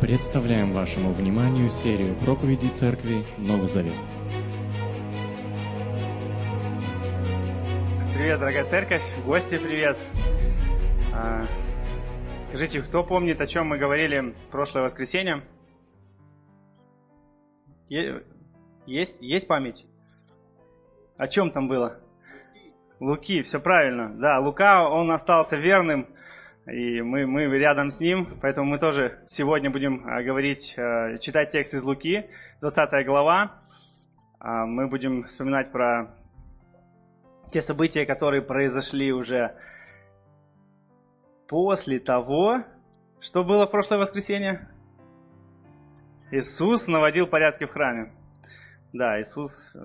Представляем вашему вниманию серию проповедей Церкви Новый Завет. Привет, дорогая церковь, гости, привет. Скажите, кто помнит, о чем мы говорили в прошлое воскресенье? Есть память? О чем там было? Луки, все правильно. Да, Лука, он остался верным, и мы рядом с ним, поэтому мы тоже сегодня будем читать текст из Луки, 20 глава. Мы будем вспоминать про те события, которые произошли уже после того, что было в прошлое воскресенье. Иисус наводил порядки в храме. Да, Иисус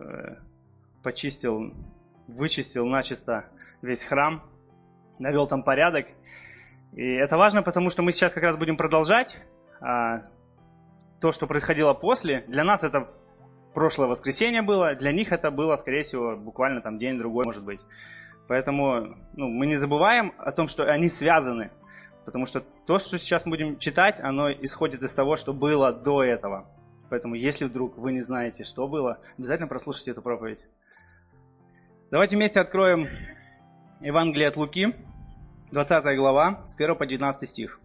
вычистил начисто весь храм, навел там порядок. И это важно, потому что мы сейчас как раз будем продолжать то, что происходило после. Для нас это прошлое воскресенье было, для них это было, скорее всего, буквально там день-другой, может быть. Поэтому мы не забываем о том, что они связаны. Потому что то, что сейчас мы будем читать, оно исходит из того, что было до этого. Поэтому, если вдруг вы не знаете, что было, обязательно прослушайте эту проповедь. Давайте вместе откроем Евангелие от Луки, 20 глава, с 1 по 19 стих.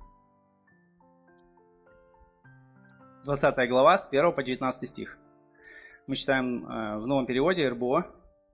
20 глава, с 1 по 19 стих. Мы читаем в новом переводе РБО.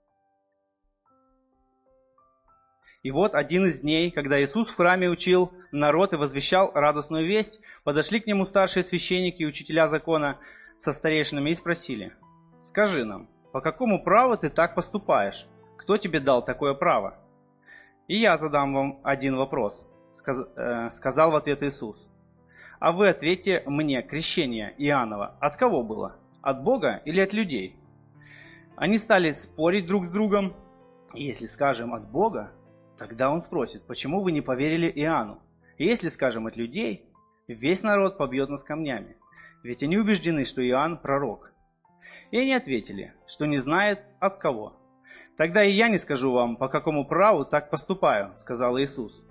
«И вот один из дней, когда Иисус в храме учил народ и возвещал радостную весть, подошли к нему старшие священники и учителя закона со старейшинами и спросили: „Скажи нам, по какому праву ты так поступаешь? Кто тебе дал такое право?“ И я задам вам один вопрос, сказал в ответ Иисус. А вы ответьте мне, крещение Иоаннова от кого было? От Бога или от людей? Они стали спорить друг с другом. И если скажем от Бога, тогда он спросит: почему вы не поверили Иоанну? И если скажем от людей, весь народ побьет нас камнями. Ведь они убеждены, что Иоанн пророк. И они ответили, что не знают от кого. Тогда и я не скажу вам, по какому праву так поступаю, сказал Иисус.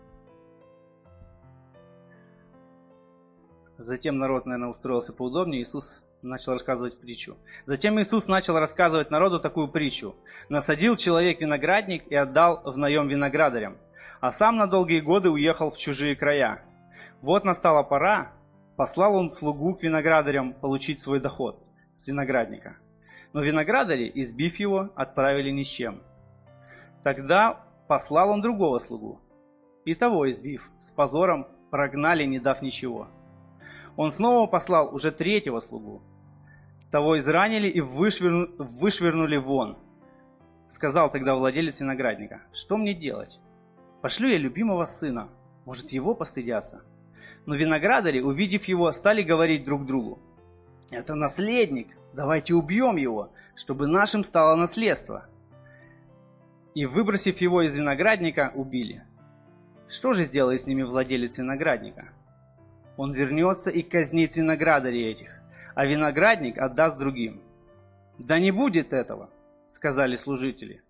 Затем народ, наверное, устроился поудобнее, Иисус начал рассказывать притчу. Затем Иисус начал рассказывать народу такую притчу. Насадил человек виноградник и отдал в наем виноградарям, а сам на долгие годы уехал в чужие края. Вот настала пора, послал он слугу к виноградарям получить свой доход с виноградника. Но виноградари, избив его, отправили ни с чем. Тогда послал он другого слугу, и того избив, с позором прогнали, не дав ничего. Он снова послал уже третьего слугу. Того изранили и вышвырнули вон. Сказал тогда владелец виноградника: что мне делать? Пошлю я любимого сына, может, его постыдятся. Но виноградари, увидев его, стали говорить друг другу: это наследник, давайте убьем его, чтобы нашим стало наследство. И, выбросив его из виноградника, убили. Что же сделает с ними владелец виноградника? Он вернется и казнит виноградарей этих, а виноградник отдаст другим. Да не будет этого, сказали слушатели.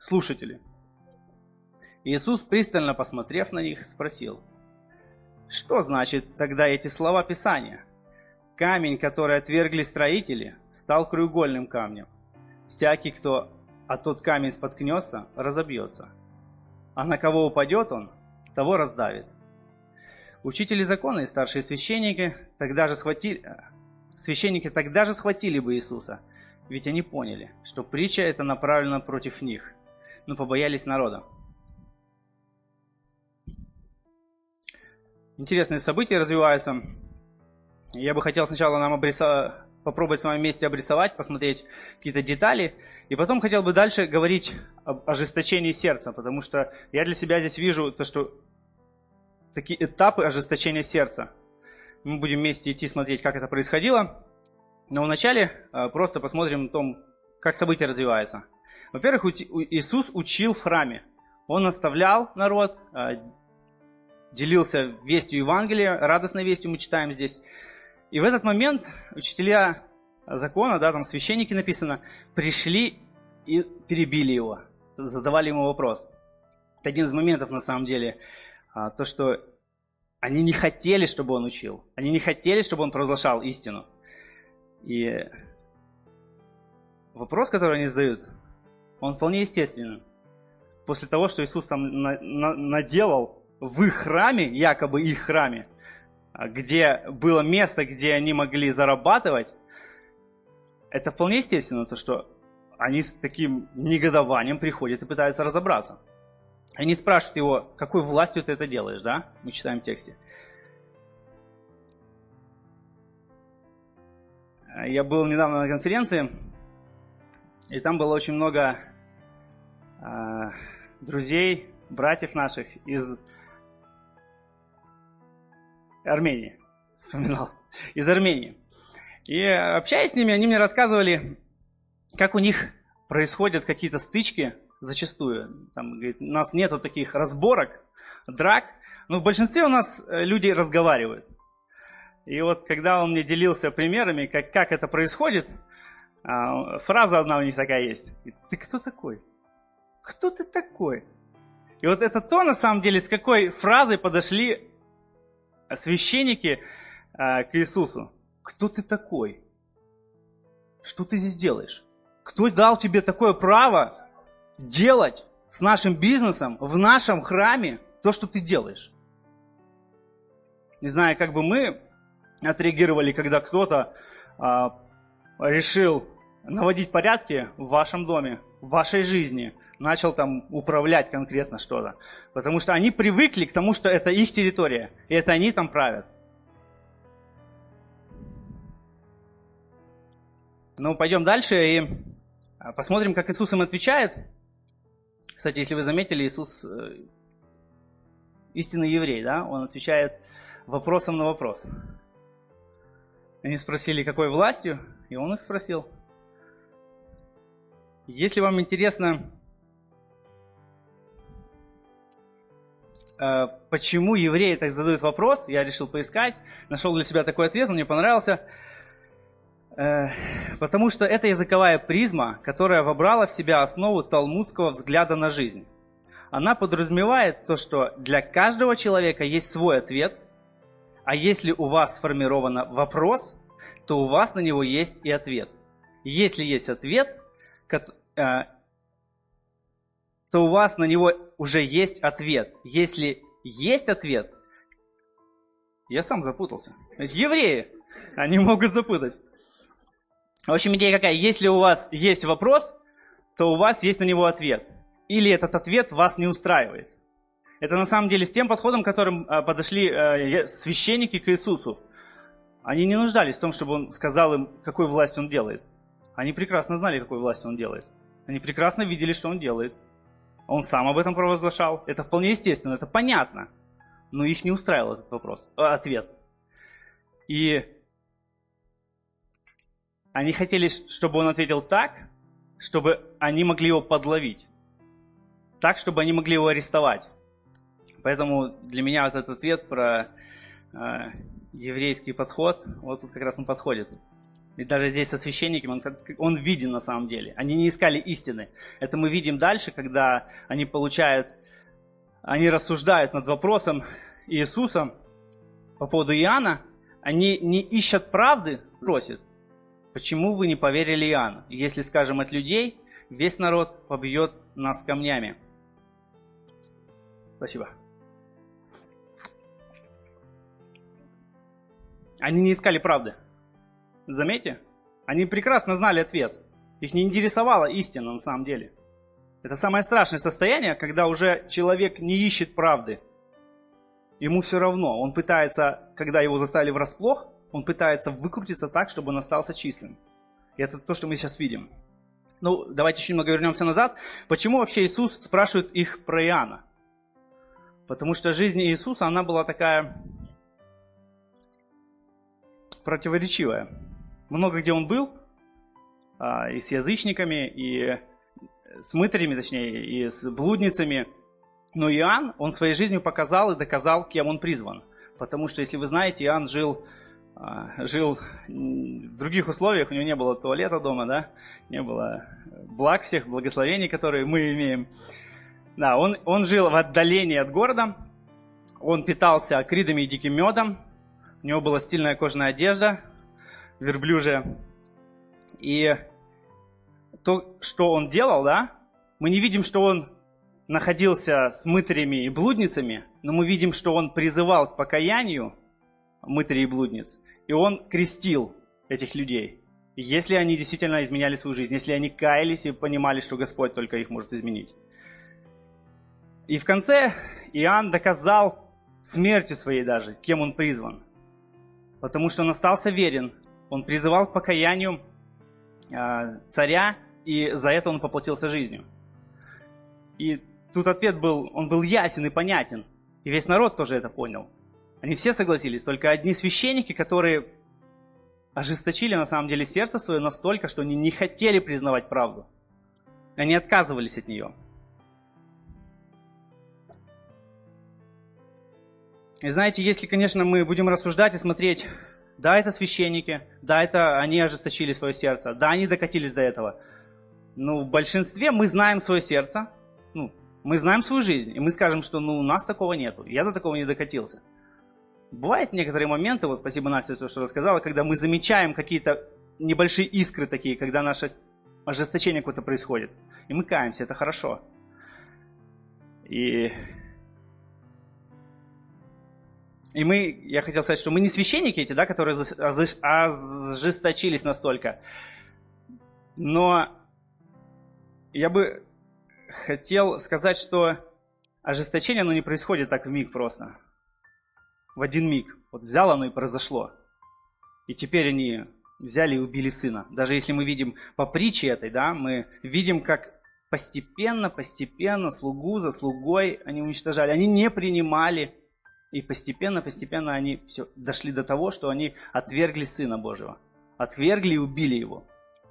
Иисус, пристально посмотрев на них, спросил: что значит тогда эти слова Писания? Камень, который отвергли строители, стал краеугольным камнем. Всякий, кто о тот камень споткнется, разобьется. А на кого упадет он, того раздавит. Учители закона и старшие священники тогда же схватили бы Иисуса, ведь они поняли, что притча эта направлена против них, но побоялись народа. Интересные события развиваются. Я бы хотел сначала нам попробовать с вами вместе обрисовать, посмотреть какие-то детали, и потом хотел бы дальше говорить об ожесточении сердца, потому что я для себя здесь вижу то, что такие этапы ожесточения сердца. Мы будем вместе идти смотреть, как это происходило, но вначале просто посмотрим о том, как события развиваются. Во-первых, Иисус учил в храме. Он наставлял народ, делился вестью Евангелия, радостной вестью мы читаем здесь. И в этот момент учителя закона, там священники написано, пришли и перебили его, задавали ему вопрос. Это один из моментов на самом деле, то, что Они не хотели, чтобы он учил. Они не хотели, чтобы он провозглашал истину. И вопрос, который они задают, он вполне естественен. После того, что Иисус там наделал в их храме, якобы их храме, где было место, где они могли зарабатывать, это вполне естественно, то, что они с таким негодованием приходят и пытаются разобраться. Они спрашивают его, какой властью ты это делаешь, да? Мы читаем в тексте. Я был недавно на конференции, и там было очень много друзей, братьев наших из Армении. Вспоминал. Из Армении. И общаясь с ними, они мне рассказывали, как у них происходят какие-то стычки зачастую. Там, говорит, у нас нету таких разборок, драк, но в большинстве у нас люди разговаривают. И вот когда он мне делился примерами, как это происходит, фраза одна у них такая есть. Ты кто такой? Кто ты такой? И вот это то, на самом деле, с какой фразой подошли священники к Иисусу. Кто ты такой? Что ты здесь делаешь? Кто дал тебе такое право делать с нашим бизнесом в нашем храме то, что ты делаешь? Не знаю, как бы мы отреагировали, когда кто-то решил наводить порядки в вашем доме, в вашей жизни, начал там управлять конкретно что-то. Потому что они привыкли к тому, что это их территория, и это они там правят. Ну, пойдем дальше и посмотрим, как Иисус им отвечает. Кстати, если вы заметили, Иисус истинный еврей, да? Он отвечает вопросом на вопрос. Они спросили, какой властью, и он их спросил. Если вам интересно, почему евреи так задают вопрос, я решил поискать, нашел для себя такой ответ, он мне понравился. Потому что это языковая призма, которая вобрала в себя основу талмудского взгляда на жизнь. Она подразумевает то, что для каждого человека есть свой ответ, а если у вас сформирован вопрос, то у вас на него есть и ответ. Если есть ответ, то у вас на него уже есть ответ. Если есть ответ, я сам запутался. Евреи, они могут запутать. В общем, идея какая? Если у вас есть вопрос, то у вас есть на него ответ. Или этот ответ вас не устраивает. Это на самом деле с тем подходом, которым подошли священники к Иисусу. Они не нуждались в том, чтобы он сказал им, какой властью он делает. Они прекрасно знали, какой властью он делает. Они прекрасно видели, что он делает. Он сам об этом провозглашал. Это вполне естественно, это понятно. Но их не устраивал этот ответ. И они хотели, чтобы он ответил так, чтобы они могли его подловить. Так, чтобы они могли его арестовать. Поэтому для меня вот этот ответ про еврейский подход, вот тут как раз он подходит. И даже здесь со священниками он виден на самом деле. Они не искали истины. Это мы видим дальше, когда они рассуждают над вопросом Иисуса по поводу Иоанна. Они не ищут правды, просят. Почему вы не поверили Иоанну? Если скажем от людей, весь народ побьет нас камнями. Спасибо. Они не искали правды. Заметьте, они прекрасно знали ответ. Их не интересовала истина на самом деле. Это самое страшное состояние, когда уже человек не ищет правды. Ему все равно. Он пытается, когда его заставили врасплох, он пытается выкрутиться так, чтобы он остался чистым. И это то, что мы сейчас видим. Ну, давайте еще немного вернемся назад. Почему вообще Иисус спрашивает их про Иоанна? Потому что жизнь Иисуса, она была такая противоречивая. Много где он был, и с язычниками, и с мытарями, точнее, и с блудницами. Но Иоанн, он своей жизнью показал и доказал, кем он призван. Потому что, если вы знаете, Иоанн жил в других условиях, у него не было туалета дома, да, не было благ всех, благословений, которые мы имеем. Да, он жил в отдалении от города, Он питался акридами и диким медом. У него была стильная кожаная одежда, верблюжья. И то, что он делал, да, мы не видим, что он находился с мытарями и блудницами, но мы видим, что он призывал к покаянию мытарей и блудниц, и он крестил этих людей. И если они действительно изменяли свою жизнь, если они каялись и понимали, что Господь только их может изменить. И в конце Иоанн доказал смертью своей даже, кем он призван. Потому что он остался верен, он призывал к покаянию царя, и за это он поплатился жизнью. И тут ответ был, он был ясен и понятен. И весь народ тоже это понял. Они все согласились, только одни священники, которые ожесточили на самом деле сердце свое настолько, что они не хотели признавать правду. Они отказывались от нее. И знаете, если, конечно, мы будем рассуждать и смотреть, да, это священники, да, это они ожесточили свое сердце, да, они докатились до этого. Но в большинстве мы знаем свое сердце, мы знаем свою жизнь, и мы скажем, что у нас такого нету, я до такого не докатился. Бывают некоторые моменты, вот спасибо Насте, то, что рассказала, когда мы замечаем какие-то небольшие искры такие, когда наше ожесточение какое-то происходит, и мы каемся, это хорошо. Я хотел сказать, что мы не священники эти, да, которые ожесточились настолько. Но я бы хотел сказать, что ожесточение, оно не происходит так в миг просто. В один миг. Вот взяло оно и произошло. И теперь они взяли и убили сына. Даже если мы видим по притче этой, да, мы видим, как постепенно, слугу за слугой они уничтожали. Они не принимали. И постепенно они все дошли до того, что они отвергли Сына Божьего. Отвергли и убили Его.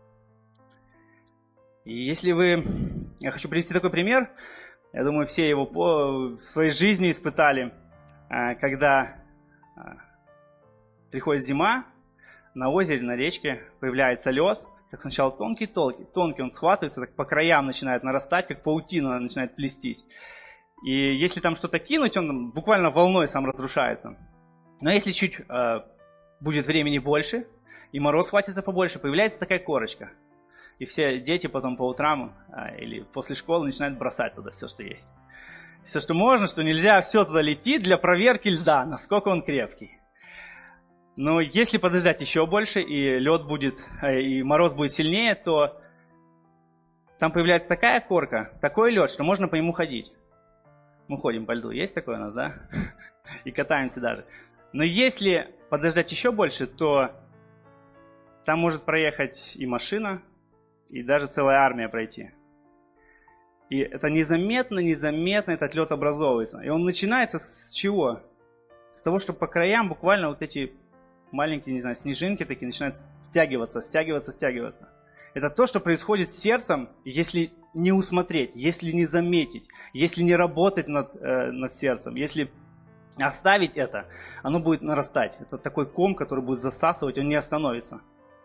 И я хочу привести такой пример. Я думаю, все его в своей жизни испытали. Когда приходит зима, на озере, на речке появляется лед. Так сначала тонкий, он схватывается, так по краям начинает нарастать, как паутина начинает плестись. И если там что-то кинуть, он буквально волной сам разрушается. Но если чуть будет времени больше, и мороз хватится побольше, появляется такая корочка. И все дети потом по утрам или после школы начинают бросать туда все, что есть. Все, что можно, что нельзя, все туда летит для проверки льда, насколько он крепкий. Но если подождать еще больше, и лед будет, и мороз будет сильнее, то там появляется такая корка, такой лед, что можно по нему ходить. Мы ходим по льду, есть такое у нас, да? И катаемся даже. Но если подождать еще больше, то там может проехать и машина, и даже целая армия пройти. И это незаметно этот лед образовывается. И он начинается с чего? С того, что по краям буквально вот эти маленькие, не знаю, снежинки такие начинают стягиваться. Это то, что происходит с сердцем, если не усмотреть, если не заметить, если не работать над сердцем, если оставить это, оно будет нарастать. Это такой ком, который будет засасывать, он не остановится.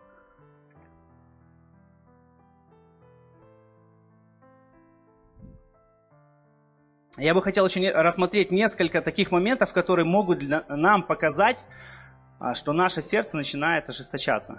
Я бы хотел очень рассмотреть несколько таких моментов, которые могут нам показать, что наше сердце начинает ожесточаться.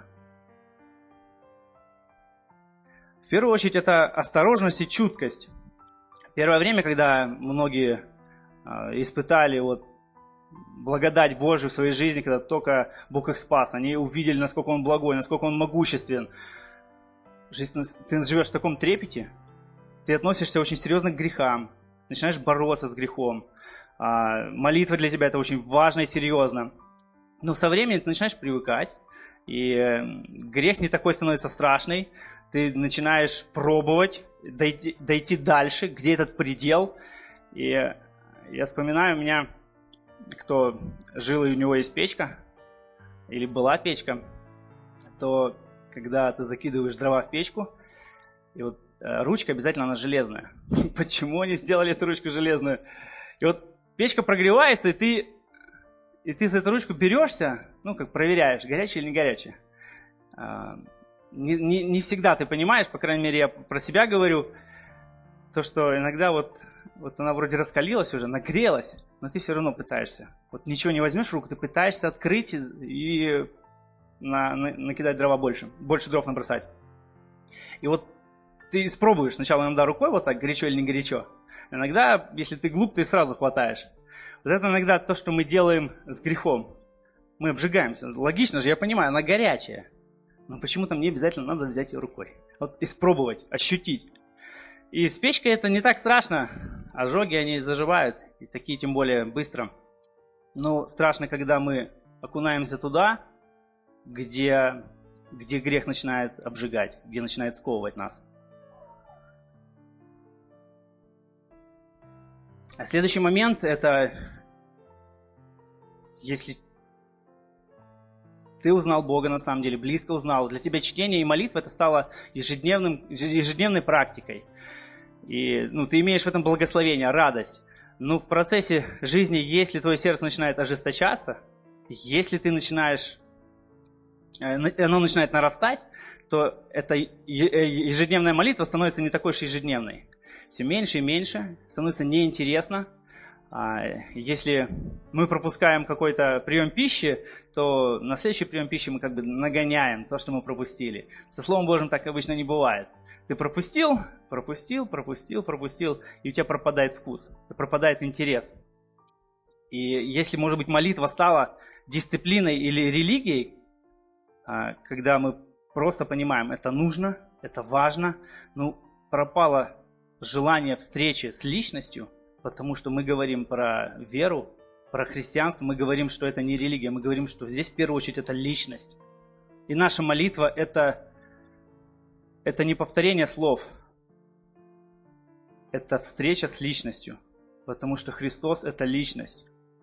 В первую очередь, это осторожность и чуткость. Первое время, когда многие испытали благодать Божию в своей жизни, когда только Бог их спас, они увидели, насколько Он благой, насколько Он могуществен. Ты живешь в таком трепете, ты относишься очень серьезно к грехам, начинаешь бороться с грехом. Молитва для тебя это очень важно и серьезно. Но со временем ты начинаешь привыкать, и грех не такой становится страшный. Ты начинаешь пробовать, дойти дальше, где этот предел. И я вспоминаю, у меня, кто жил и у него есть печка, или была печка, то когда ты закидываешь дрова в печку, и ручка обязательно она железная. Почему они сделали эту ручку железную? И печка прогревается, и ты за эту ручку берешься, как проверяешь, горячая или не горячая. Не всегда ты понимаешь, по крайней мере, я про себя говорю, то, что иногда вот она вроде раскалилась уже, нагрелась, но ты все равно пытаешься. Вот ничего не возьмешь в руку, ты пытаешься открыть и накидать дрова больше дров набросать. И вот ты испробуешь сначала иногда рукой вот так, горячо или не горячо. Иногда, если ты глуп, ты сразу хватаешь. Вот это иногда то, что мы делаем с грехом. Мы обжигаемся. Логично же, я понимаю, она горячая. Но почему-то мне обязательно надо взять ее рукой. Вот испробовать, ощутить. И с печкой это не так страшно. Ожоги, они заживают. И такие тем более быстро. Но страшно, когда мы окунаемся туда, где грех начинает обжигать, где начинает сковывать нас. А следующий момент это, если ты узнал Бога на самом деле, близко узнал, для тебя чтение и молитва это стало ежедневной практикой. И ты имеешь в этом благословение, радость. Но в процессе жизни, если твое сердце начинает ожесточаться, если ты оно начинает нарастать, то эта ежедневная молитва становится не такой уж ежедневной. Все меньше и меньше, становится неинтересно. Если мы пропускаем какой-то прием пищи, то на следующий прием пищи мы как бы нагоняем то, что мы пропустили. Со Словом Божьим так обычно не бывает. Ты пропустил, и у тебя пропадает вкус, пропадает интерес. И если, может быть, молитва стала дисциплиной или религией, когда мы просто понимаем, это нужно, это важно, пропало желание встречи с личностью, потому что мы говорим про веру, про христианство, мы говорим, что это не религия, мы говорим, что здесь в первую очередь это личность. И наша молитва это не повторение слов, это встреча с личностью, потому что Христос это личность.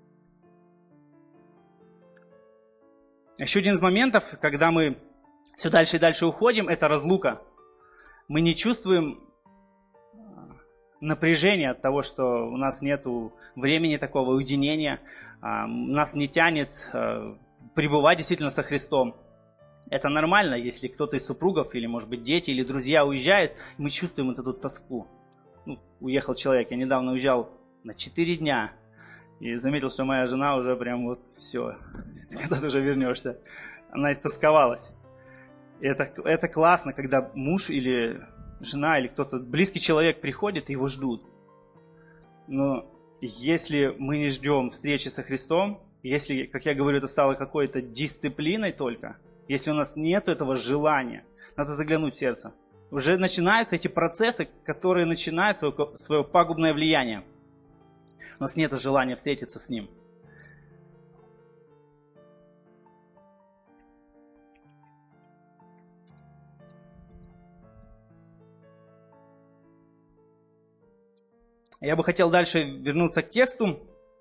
Еще один из моментов, когда мы все дальше и дальше уходим, это разлука. Мы не чувствуем напряжения от того, что у нас нет времени такого уединения, нас не тянет пребывать действительно со Христом. Это нормально, если кто-то из супругов, или, может быть, дети, или друзья уезжают, мы чувствуем вот эту тоску. Уехал человек, я недавно уезжал на 4 дня, и заметил, что моя жена уже прям вот все, когда ты уже вернешься, она истосковалась. И это классно, когда муж или жена, или кто-то, близкий человек приходит, и его ждут. Но если мы не ждем встречи со Христом, если, как я говорю, это стало какой-то дисциплиной только, если у нас нет этого желания, надо заглянуть в сердце. Уже начинаются эти процессы, которые начинают свое пагубное влияние. У нас нет желания встретиться с Ним. Я бы хотел дальше вернуться к тексту,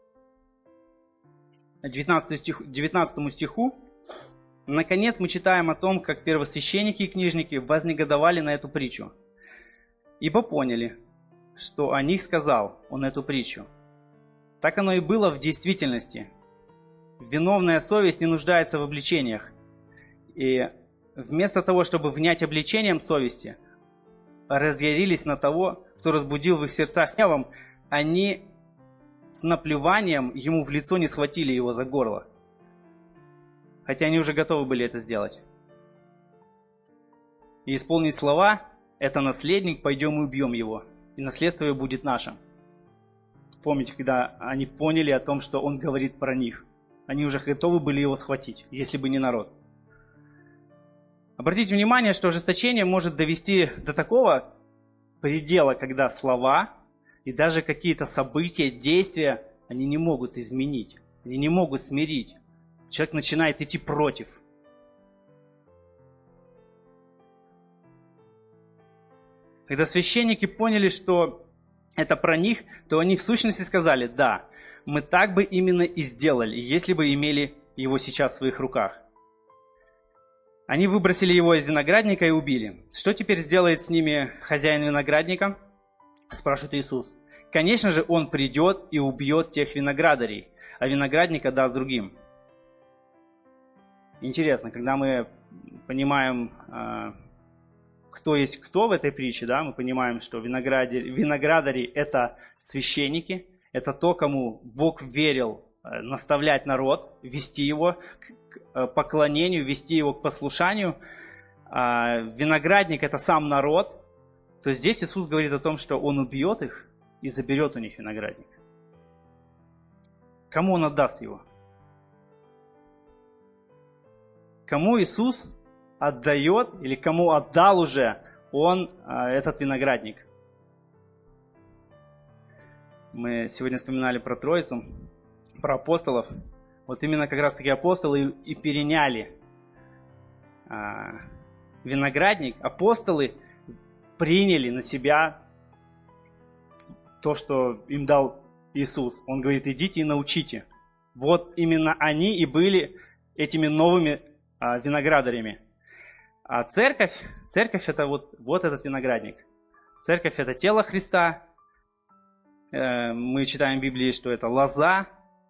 19 стиху. Наконец мы читаем о том, как первосвященники и книжники вознегодовали на эту притчу, ибо поняли, что о них сказал он эту притчу. Так оно и было в действительности. Виновная совесть не нуждается в обличениях. И вместо того, чтобы внять обличением совести, разъярились на того, кто разбудил в их сердцах гневом, они с наплеванием ему в лицо не схватили его за горло. Хотя они уже готовы были это сделать. И исполнить слова: «Это наследник, пойдем и убьем его, и наследство его будет наше». Помните, когда они поняли о том, что он говорит про них, они уже готовы были его схватить, если бы не народ. Обратите внимание, что ожесточение может довести до такого предела, когда слова и даже какие-то события, действия, они не могут изменить, они не могут смирить. Человек начинает идти против. Когда священники поняли, что это про них, то они в сущности сказали: да, мы так бы именно и сделали, если бы имели его сейчас в своих руках. Они выбросили его из виноградника и убили. Что теперь сделает с ними хозяин виноградника? Спрашивает Иисус. Конечно же, он придет и убьет тех виноградарей, а виноградника даст другим. Интересно, когда мы понимаем кто есть кто в этой притче, да, мы понимаем, что виноградари – это священники, это то, кому Бог верил наставлять народ, вести его к поклонению, вести его к послушанию. А виноградник – это сам народ. То здесь Иисус говорит о том, что Он убьет их и заберет у них виноградник. Кому Он отдаст его? Кому Иисус отдает или кому отдал уже Он этот виноградник? Мы сегодня вспоминали про Троицу, про апостолов. Вот именно как раз таки апостолы и переняли виноградник. Апостолы приняли на себя то, что им дал Иисус. Он говорит, идите и научите. Вот именно они и были этими новыми виноградарями. А церковь это вот этот виноградник. Церковь это тело Христа. Мы читаем в Библии, что это лоза.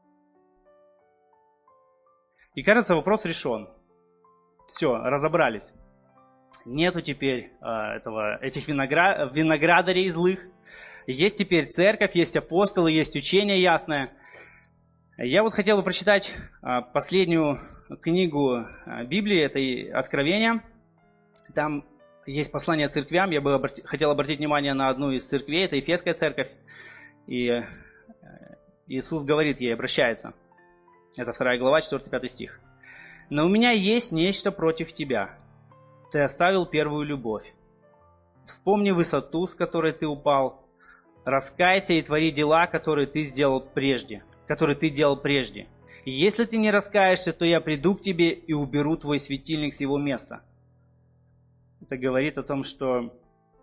И кажется, вопрос решен. Все, разобрались. Нету теперь этих виноградарей злых. Есть теперь церковь, есть апостолы, есть учение ясное. Я вот хотел бы прочитать последнюю книгу Библии, это Откровение. Там есть послание церквям. Я бы хотел обратить внимание на одну из церквей, это Ефесская церковь. И Иисус говорит ей, обращается. Это 2 глава, 4-5 стих. «Но у меня есть нечто против тебя. Ты оставил первую любовь. Вспомни высоту, с которой ты упал. Раскайся и твори дела, которые ты делал прежде. И если ты не раскаешься, то я приду к тебе и уберу твой светильник с его места». Это говорит о том, что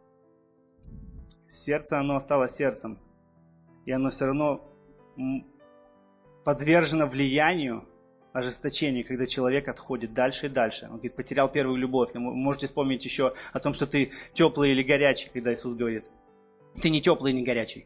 сердце, оно осталось сердцем. И оно все равно подвержено влиянию, ожесточению, когда человек отходит дальше и дальше. Он говорит, потерял первую любовь. Вы можете вспомнить еще о том, что ты теплый или горячий, когда Иисус говорит. Ты не теплый, не горячий.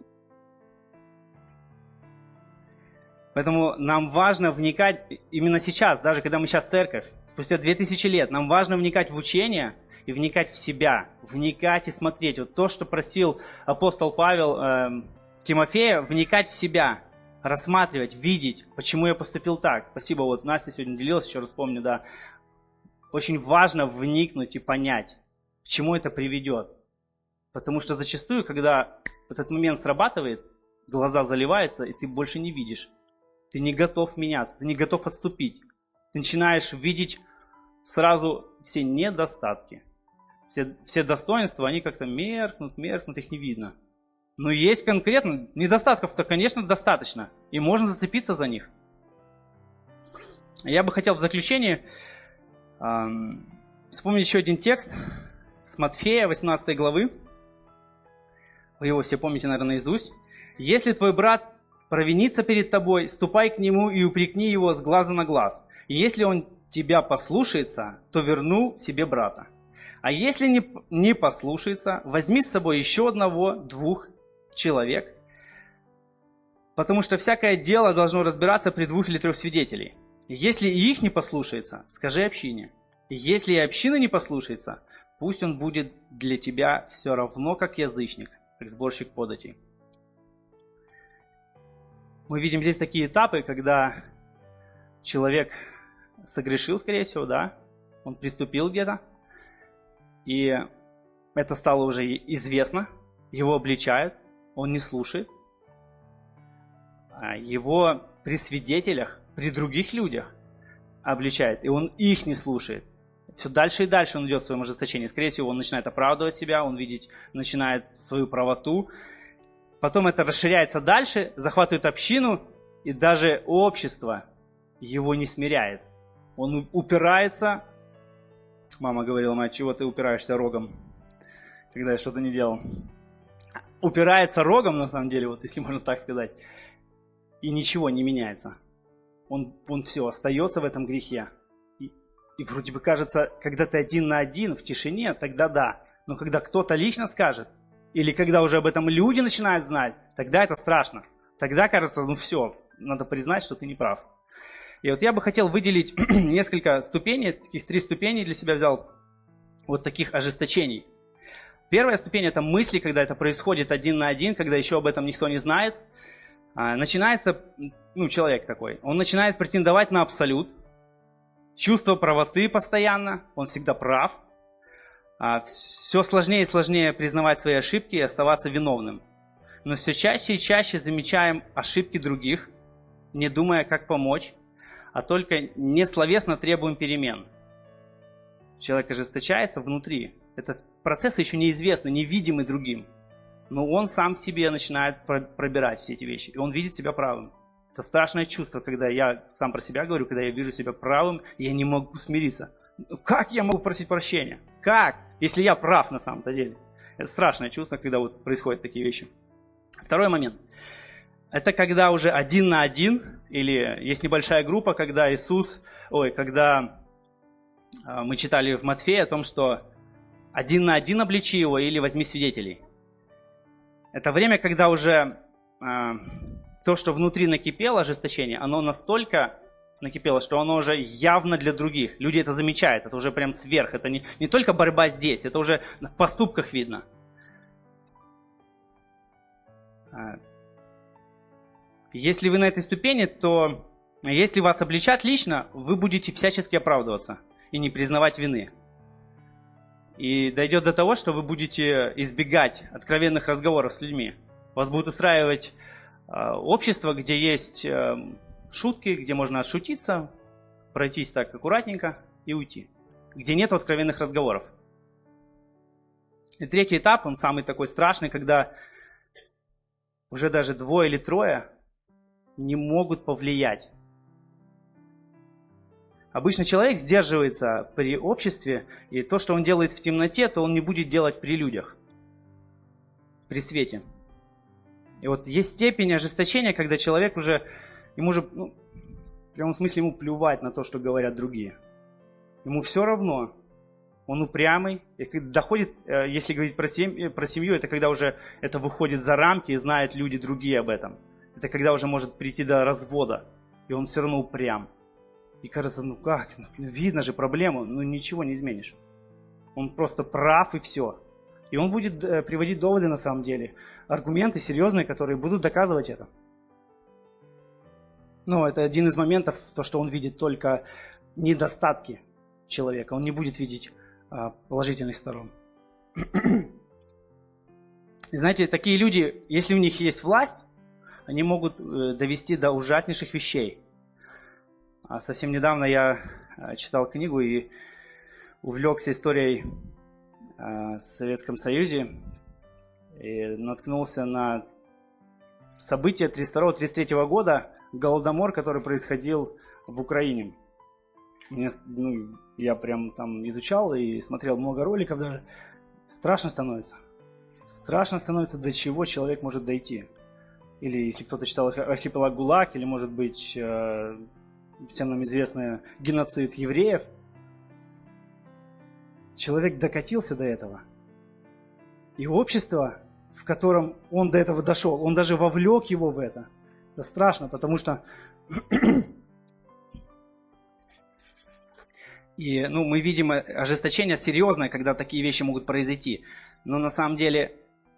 Поэтому нам важно вникать именно сейчас, даже когда мы сейчас церковь, спустя 2000 лет, нам важно вникать в учение и вникать в себя, вникать и смотреть. Вот то, что просил апостол Павел Тимофея, вникать в себя, рассматривать, видеть, почему я поступил так. Спасибо, вот Настя сегодня делилась, еще раз помню, да. Очень важно вникнуть и понять, к чему это приведет. Потому что зачастую, когда этот момент срабатывает, глаза заливаются, и ты больше не видишь. Ты не готов меняться, ты не готов отступить. Ты начинаешь видеть сразу все недостатки. Все достоинства, они как-то меркнут, их не видно. Но есть конкретно, недостатков-то, конечно, достаточно. И можно зацепиться за них. Я бы хотел в заключение вспомнить еще один текст с Матфея, 18 главы. Вы его все помните, наверное, наизусть. «Если твой брат провинится перед тобой, ступай к нему и упрекни его с глазу на глаз. И если он тебя послушается, то верну себе брата. А если не послушается, возьми с собой еще одного-двух человек, потому что всякое дело должно разбираться при 2 или 3 свидетелей. Если и их не послушается, скажи общине. И если и община не послушается, пусть он будет для тебя все равно, как язычник, как сборщик податей». Мы видим здесь такие этапы, когда человек согрешил, скорее всего, да, он приступил где-то, и это стало уже известно, его обличают, он не слушает, его при свидетелях, при других людях обличает, и он их не слушает. Все дальше и дальше он идет в своем ожесточении. Скорее всего, он начинает оправдывать себя, он начинает свою правоту. Потом это расширяется дальше, захватывает общину, и даже общество его не смиряет. Он упирается. Мама говорила, мать, чего ты упираешься рогом, когда я что-то не делал? Упирается рогом, на самом деле, вот если можно так сказать, и ничего не меняется. Он все, остается в этом грехе. И вроде бы кажется, когда ты один на один в тишине, тогда да. Но когда кто-то лично скажет, или когда уже об этом люди начинают знать, тогда это страшно. Тогда кажется, все, надо признать, что ты не прав. И вот я бы хотел выделить несколько ступеней, таких 3 ступени для себя взял. вот таких ожесточений. Первая ступень – это мысли, когда это происходит один на один, когда еще об этом никто не знает. Начинается, человек такой, он начинает претендовать на абсолют, чувство правоты постоянно, он всегда прав. Все сложнее и сложнее признавать свои ошибки и оставаться виновным. Но все чаще и чаще замечаем ошибки других, не думая, как помочь, а только несловесно требуем перемен. Человек ожесточается внутри. Этот процесс еще неизвестный, невидимый другим. Но он сам в себе начинает пробирать все эти вещи. И он видит себя правым. Это страшное чувство, когда я сам про себя говорю, когда я вижу себя правым, и я не могу смириться. Как я могу просить прощения? Как? Если я прав на самом-то деле. Это страшное чувство, когда вот происходят такие вещи. Второй момент. Это когда уже один на один, или есть небольшая группа, когда когда мы читали в Матфея о том, что один на один обличи его или возьми свидетелей. Это время, когда уже то, что внутри накипело, ожесточение, оно настолько накипело, что оно уже явно для других. Люди это замечают, это уже прям сверх. Это не только борьба здесь, это уже в поступках видно. Если вы на этой ступени, то если вас обличат лично, вы будете всячески оправдываться и не признавать вины. И дойдет до того, что вы будете избегать откровенных разговоров с людьми. Вас будет устраивать общество, где есть шутки, где можно отшутиться, пройтись так аккуратненько и уйти. Где нет откровенных разговоров. И третий этап, он самый такой страшный, когда уже даже 2 или 3 не могут повлиять. Обычно человек сдерживается при обществе, и то, что он делает в темноте, то он не будет делать при людях, при свете. И вот есть степень ожесточения, когда человек ему уже, в прямом смысле, ему плевать на то, что говорят другие. Ему все равно. Он упрямый. И доходит, если говорить про семью, это когда уже это выходит за рамки и знают люди другие об этом. Это когда уже может прийти до развода, и он все равно упрям. И кажется, видно же проблему, ничего не изменишь. Он просто прав и все. И он будет приводить доводы на самом деле, аргументы серьезные, которые будут доказывать это. Это один из моментов, то, что он видит только недостатки человека. Он не будет видеть положительных сторон. И знаете, такие люди, если у них есть власть, они могут довести до ужаснейших вещей. Совсем недавно я читал книгу и увлекся историей в Советском Союзе и наткнулся на события 1932-1933 года, голодомор, который происходил в Украине. Я прям там изучал и смотрел много роликов даже. Страшно становится. Страшно становится, до чего человек может дойти. Или если кто-то читал «Архипелаг ГУЛАГ», или, может быть, всем нам известный геноцид евреев. Человек докатился до этого. И общество, в котором он до этого дошел, он даже вовлек его в это. Это страшно, потому что мы видим ожесточение серьезное, когда такие вещи могут произойти. Но на самом деле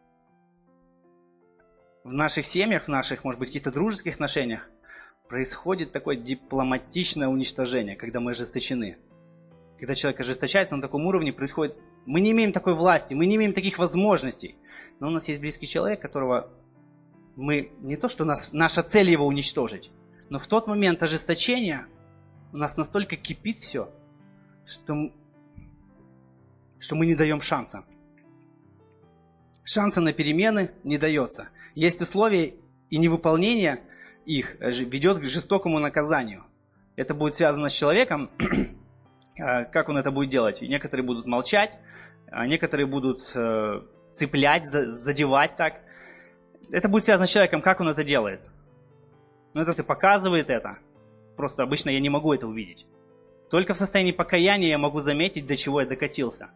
в наших семьях, в наших, может быть, каких-то дружеских отношениях происходит такое дипломатичное уничтожение, когда мы ожесточены. Когда человек ожесточается на таком уровне, происходит... Мы не имеем такой власти, мы не имеем таких возможностей. Но у нас есть близкий человек, которого мы... Не то, что наша цель его уничтожить, но в тот момент ожесточения у нас настолько кипит все, что мы не даем шанса. Шанса на перемены не дается. Есть условия, и невыполнение их ведет к жестокому наказанию. Это будет связано с человеком, как он это будет делать. И некоторые будут молчать, а некоторые будут цеплять, задевать так. Это будет связано с человеком, как он это делает. Но это показывает это. Просто обычно я не могу это увидеть. Только в состоянии покаяния я могу заметить, до чего я докатился.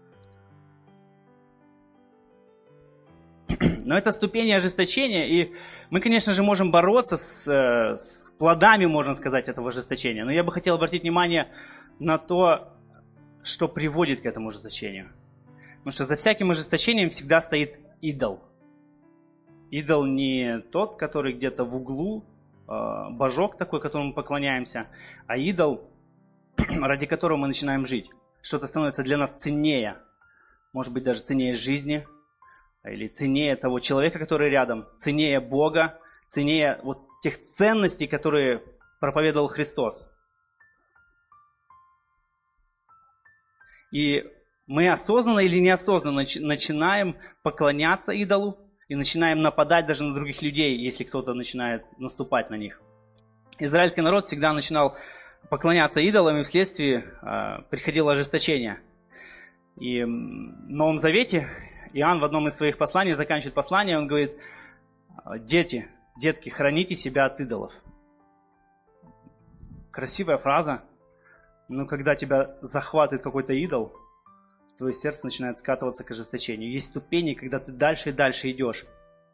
Но это ступени ожесточения, и мы, конечно же, можем бороться с плодами, можно сказать, этого ожесточения. Но я бы хотел обратить внимание на то, что приводит к этому ожесточению. Потому что за всяким ожесточением всегда стоит идол. Идол не тот, который где-то в углу, божок такой, которому мы поклоняемся, а идол, ради которого мы начинаем жить. Что-то становится для нас ценнее. Может быть, даже ценнее жизни, или ценнее того человека, который рядом, ценнее Бога, ценнее вот тех ценностей, которые проповедовал Христос. И мы осознанно или неосознанно начинаем поклоняться идолу и начинаем нападать даже на других людей, если кто-то начинает наступать на них. Израильский народ всегда начинал поклоняться идолам, и вследствие приходило ожесточение. И в Новом Завете Иоанн в одном из своих посланий заканчивает послание, он говорит: детки, храните себя от идолов. Красивая фраза, но когда тебя захватывает какой-то идол, твое сердце начинает скатываться к ожесточению. Есть ступени, когда ты дальше и дальше идешь.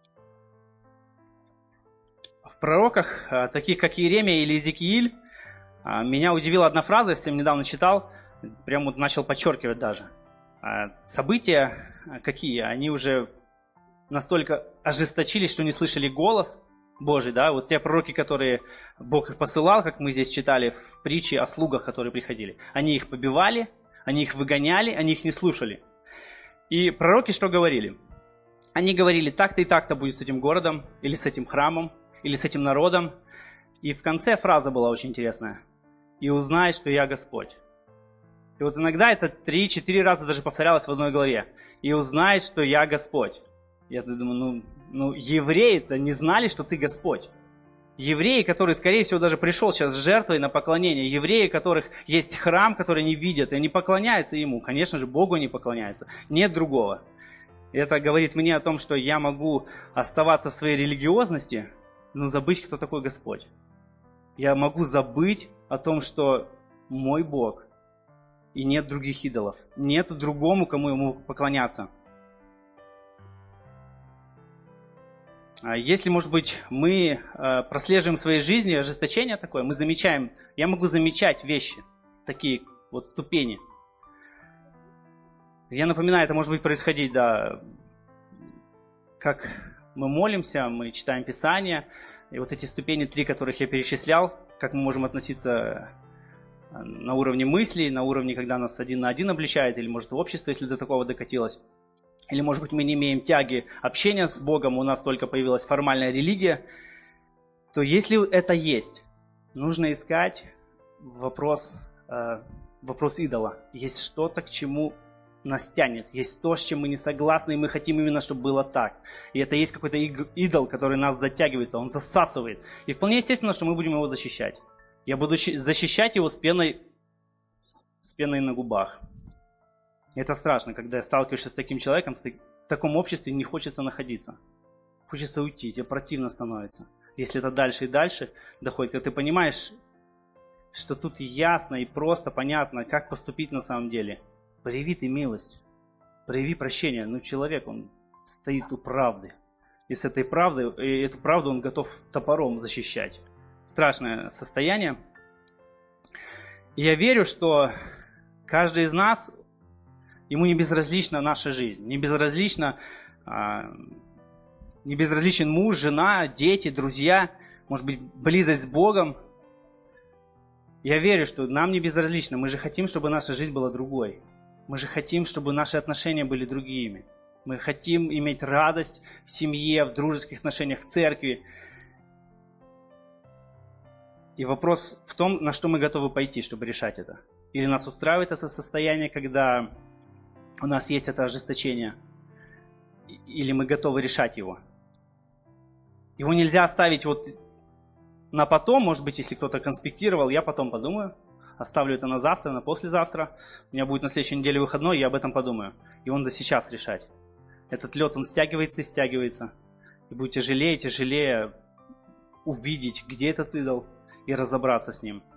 В пророках, таких как Иеремия или Иезекииль, меня удивила одна фраза, я совсем недавно читал, прям вот начал подчеркивать даже. События какие? Они уже настолько ожесточились, что не слышали голос Божий, да? Вот те пророки, которые Бог их посылал, как мы здесь читали в притче о слугах, которые приходили. Они их побивали, они их выгоняли, они их не слушали. И пророки что говорили? Они говорили: так-то и так-то будет с этим городом, или с этим храмом, или с этим народом. И в конце фраза была очень интересная: и узнай, что я Господь. И вот иногда это 3-4 раза даже повторялось в одной главе. И узнай, что я Господь. Я думаю, евреи-то не знали, что ты Господь. Евреи, которые, скорее всего, даже пришел сейчас с жертвой на поклонение. Евреи, у которых есть храм, который они видят, и они поклоняются ему. Конечно же, Богу они поклоняются. Нет другого. И это говорит мне о том, что я могу оставаться в своей религиозности, но забыть, кто такой Господь. Я могу забыть о том, что мой Бог, и нет других идолов. Нет другому, кому ему поклоняться. Если, может быть, мы прослеживаем в своей жизни ожесточение такое, мы замечаем, я могу замечать вещи, такие вот ступени. Я напоминаю, это может быть происходить, да, как мы молимся, мы читаем Писание, и вот эти ступени 3, которых я перечислял, как мы можем относиться на уровне мыслей, на уровне, когда нас один на один обличает, или, может, в обществе, если до такого докатилось. Или, может быть, мы не имеем тяги общения с Богом, у нас только появилась формальная религия. То если это есть, нужно искать вопрос идола. Есть что-то, к чему нас тянет. Есть то, с чем мы не согласны, и мы хотим именно, чтобы было так. И это есть какой-то идол, который нас затягивает, он засасывает. И вполне естественно, что мы будем его защищать. Я буду защищать его с пеной на губах. Это страшно, когда я сталкиваешься с таким человеком, в таком обществе не хочется находиться. Хочется уйти, тебе противно становится. Если это дальше и дальше доходит, когда ты понимаешь, что тут ясно и просто понятно, как поступить на самом деле. Прояви ты милость, прояви прощение. Ну, человек, он стоит у правды. И с этой правдой, и эту правду он готов топором защищать. Страшное состояние. И я верю, что каждый из нас, ему не безразлична наша жизнь, не безразличен муж, жена, дети, друзья, может быть, близость с Богом. Я верю, что нам не безразлично. Мы же хотим, чтобы наша жизнь была другой. Мы же хотим, чтобы наши отношения были другими. Мы хотим иметь радость в семье, в дружеских отношениях, в церкви. И вопрос в том, на что мы готовы пойти, чтобы решать это. Или нас устраивает это состояние, когда у нас есть это ожесточение, или мы готовы решать его. Его нельзя оставить вот на потом, может быть, если кто-то конспектировал, я потом подумаю, оставлю это на завтра, на послезавтра, у меня будет на следующей неделе выходной, я об этом подумаю. И он до сейчас решать. Этот лед, он стягивается и стягивается. И будет тяжелее и тяжелее увидеть, где этот идол, и разобраться с ним.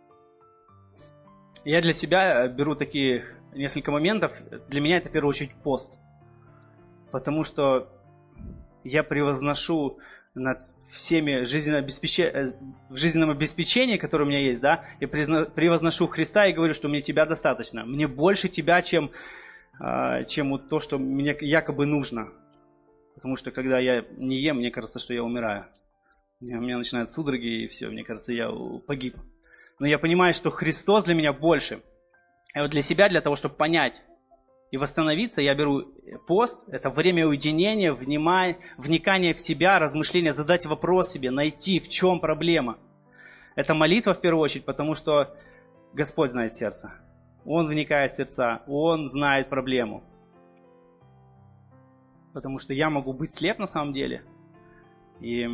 Я для себя беру такие несколько моментов. Для меня это в первую очередь пост. Потому что я превозношу над всеми в жизненном обеспечении, которое у меня есть, да, я превозношу Христа и говорю, что мне тебя достаточно. Мне больше тебя, чем вот то, что мне якобы нужно. Потому что когда я не ем, мне кажется, что я умираю. У меня начинают судороги, и все, мне кажется, я погиб. Но я понимаю, что Христос для меня больше. И вот для себя, для того, чтобы понять и восстановиться, я беру пост. Это время уединения, вникания в себя, размышления, задать вопрос себе, найти, в чем проблема. Это молитва в первую очередь, потому что Господь знает сердце. Он вникает в сердца, Он знает проблему. Потому что я могу быть слеп на самом деле. И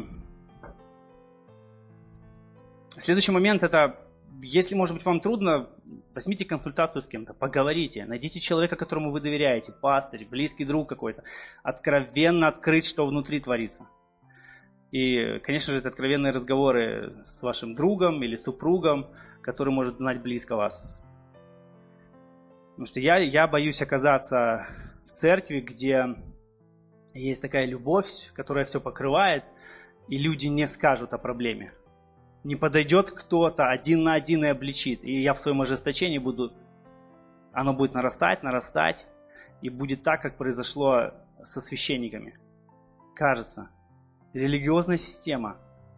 следующий момент это, если, может быть, вам трудно, возьмите консультацию с кем-то, поговорите, найдите человека, которому вы доверяете, пастырь, близкий друг какой-то, откровенно открыть, что внутри творится. И, конечно же, это откровенные разговоры с вашим другом или супругом, который может знать близко вас. Потому что я боюсь оказаться в церкви, где есть такая любовь, которая все покрывает, и люди не скажут о проблеме. Не подойдет кто-то один на один и обличит. И я в своем ожесточении оно будет нарастать, и будет так, как произошло со священниками. Кажется, религиозная система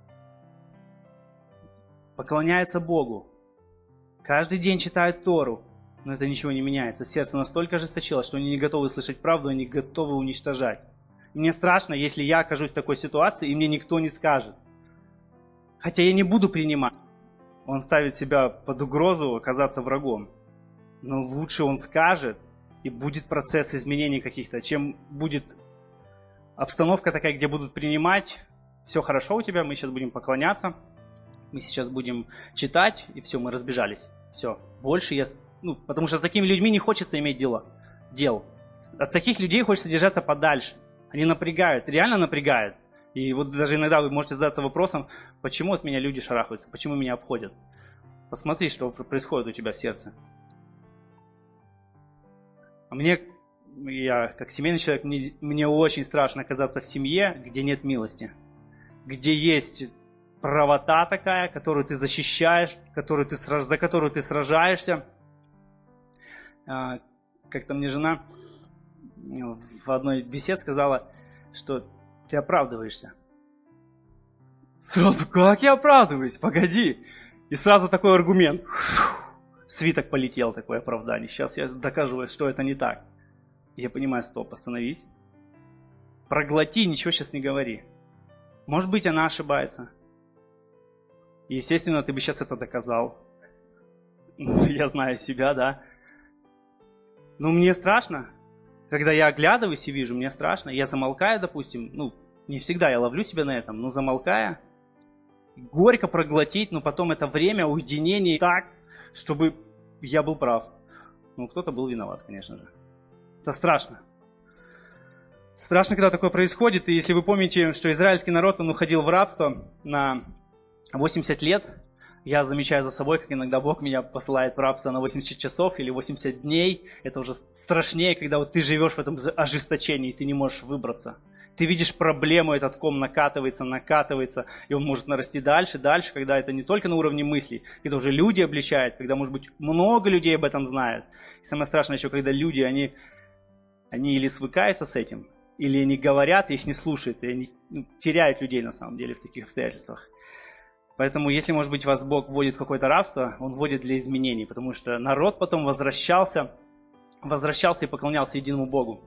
поклоняется Богу. Каждый день читают Тору, но это ничего не меняется. Сердце настолько ожесточилось, что они не готовы слышать правду, они готовы уничтожать. Мне страшно, если я окажусь в такой ситуации, и мне никто не скажет. Хотя я не буду принимать. Он ставит себя под угрозу оказаться врагом. Но лучше он скажет, и будет процесс изменений каких-то, чем будет обстановка такая, где будут принимать. Все хорошо у тебя, мы сейчас будем поклоняться, мы сейчас будем читать, и все, мы разбежались. Все, больше потому что с такими людьми не хочется иметь дел. От таких людей хочется держаться подальше. Они напрягают, реально напрягают. И вот даже иногда вы можете задаться вопросом, почему от меня люди шарахаются, почему меня обходят. Посмотри, что происходит у тебя в сердце. Я как семейный человек, мне очень страшно оказаться в семье, где нет милости. Где есть правота такая, которую ты защищаешь, за которую ты сражаешься. Как-то мне жена в одной беседе сказала, что ты оправдываешься. Сразу, как я оправдываюсь? Погоди. И сразу такой аргумент. Свиток полетел, такое оправдание. Сейчас я докажу, что это не так. Я понимаю, стоп, остановись. Проглоти, ничего сейчас не говори. Может быть, она ошибается. Естественно, ты бы сейчас это доказал. Я знаю себя, да. Но мне страшно. Когда я оглядываюсь и вижу, мне страшно. Я замолкаю, допустим, не всегда я ловлю себя на этом, но замолкая, горько проглотить, но потом это время уединения так, чтобы я был прав. Кто-то был виноват, конечно же. Это страшно. Страшно, когда такое происходит. И если вы помните, что израильский народ, он уходил в рабство на 80 лет, я замечаю за собой, как иногда Бог меня посылает в рабство на 80 часов или 80 дней. Это уже страшнее, когда вот ты живешь в этом ожесточении, и ты не можешь выбраться. Ты видишь проблему, этот ком накатывается, и он может нарасти дальше, когда это не только на уровне мыслей, когда уже люди обличают, когда, может быть, много людей об этом знают. И самое страшное еще, когда люди, они или свыкаются с этим, или они говорят, и их не слушают, и они теряют людей на самом деле в таких обстоятельствах. Поэтому, если, может быть, вас Бог вводит в какое-то рабство, Он вводит для изменений, потому что народ потом возвращался и поклонялся единому Богу.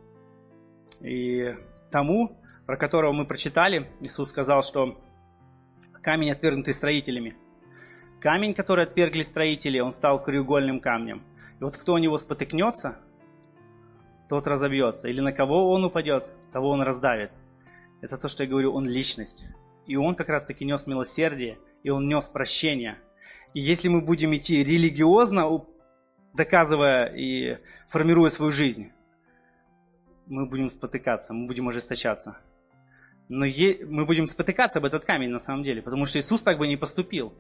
И тому, про которого мы прочитали, Иисус сказал, что камень, отвергнутый строителями. Камень, который отвергли строители, он стал краеугольным камнем. И вот кто у него спотыкнется, тот разобьется. Или на кого он упадет, того он раздавит. Это то, что я говорю, он личность. И он как раз-таки нес милосердие, и он нес прощение. И если мы будем идти религиозно, доказывая и формируя свою жизнь, мы будем спотыкаться, мы будем ожесточаться. Но мы будем спотыкаться об этот камень на самом деле, потому что Иисус так бы не поступил.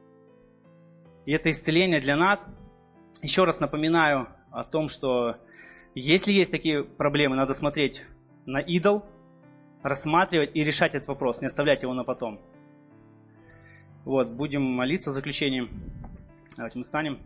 И это исцеление для нас. Еще раз напоминаю о том, что если есть такие проблемы, надо смотреть на идол, рассматривать и решать этот вопрос, не оставлять его на потом. Вот, будем молиться в заключение. Давайте мы встанем.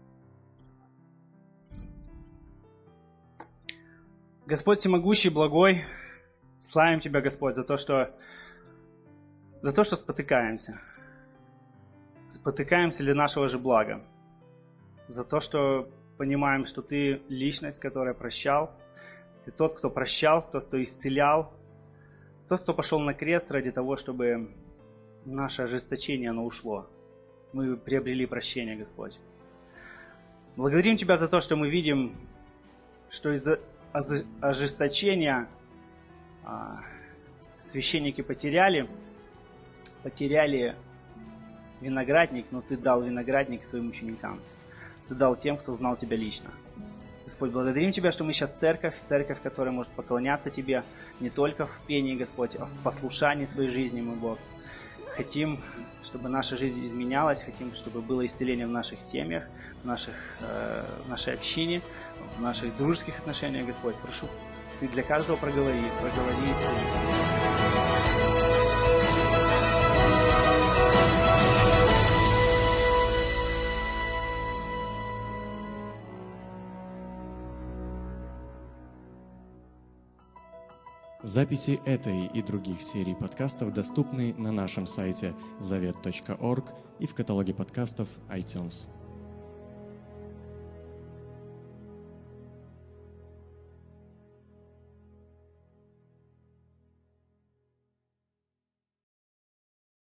Господь всемогущий, благой, славим Тебя, Господь, за то, что спотыкаемся. Спотыкаемся для нашего же блага. За то, что понимаем, что Ты личность, которая прощал. Ты тот, кто прощал, тот, кто исцелял. Тот, кто пошел на крест ради того, чтобы наше ожесточение, оно ушло. Мы приобрели прощение, Господь. Благодарим Тебя за то, что мы видим, что из-за ожесточения священники потеряли виноградник, но Ты дал виноградник своим ученикам. Ты дал тем, кто знал Тебя лично. Господь, благодарим Тебя, что мы сейчас церковь, которая может поклоняться Тебе не только в пении, Господь, а в послушании своей жизни, мой Бог. Хотим, чтобы наша жизнь изменялась, хотим, чтобы было исцеление в наших семьях, в нашей общине, в наших дружеских отношениях, Господь. Прошу, Ты для каждого проговори и исцели. Записи этой и других серий подкастов доступны на нашем сайте завет.орг и в каталоге подкастов iTunes.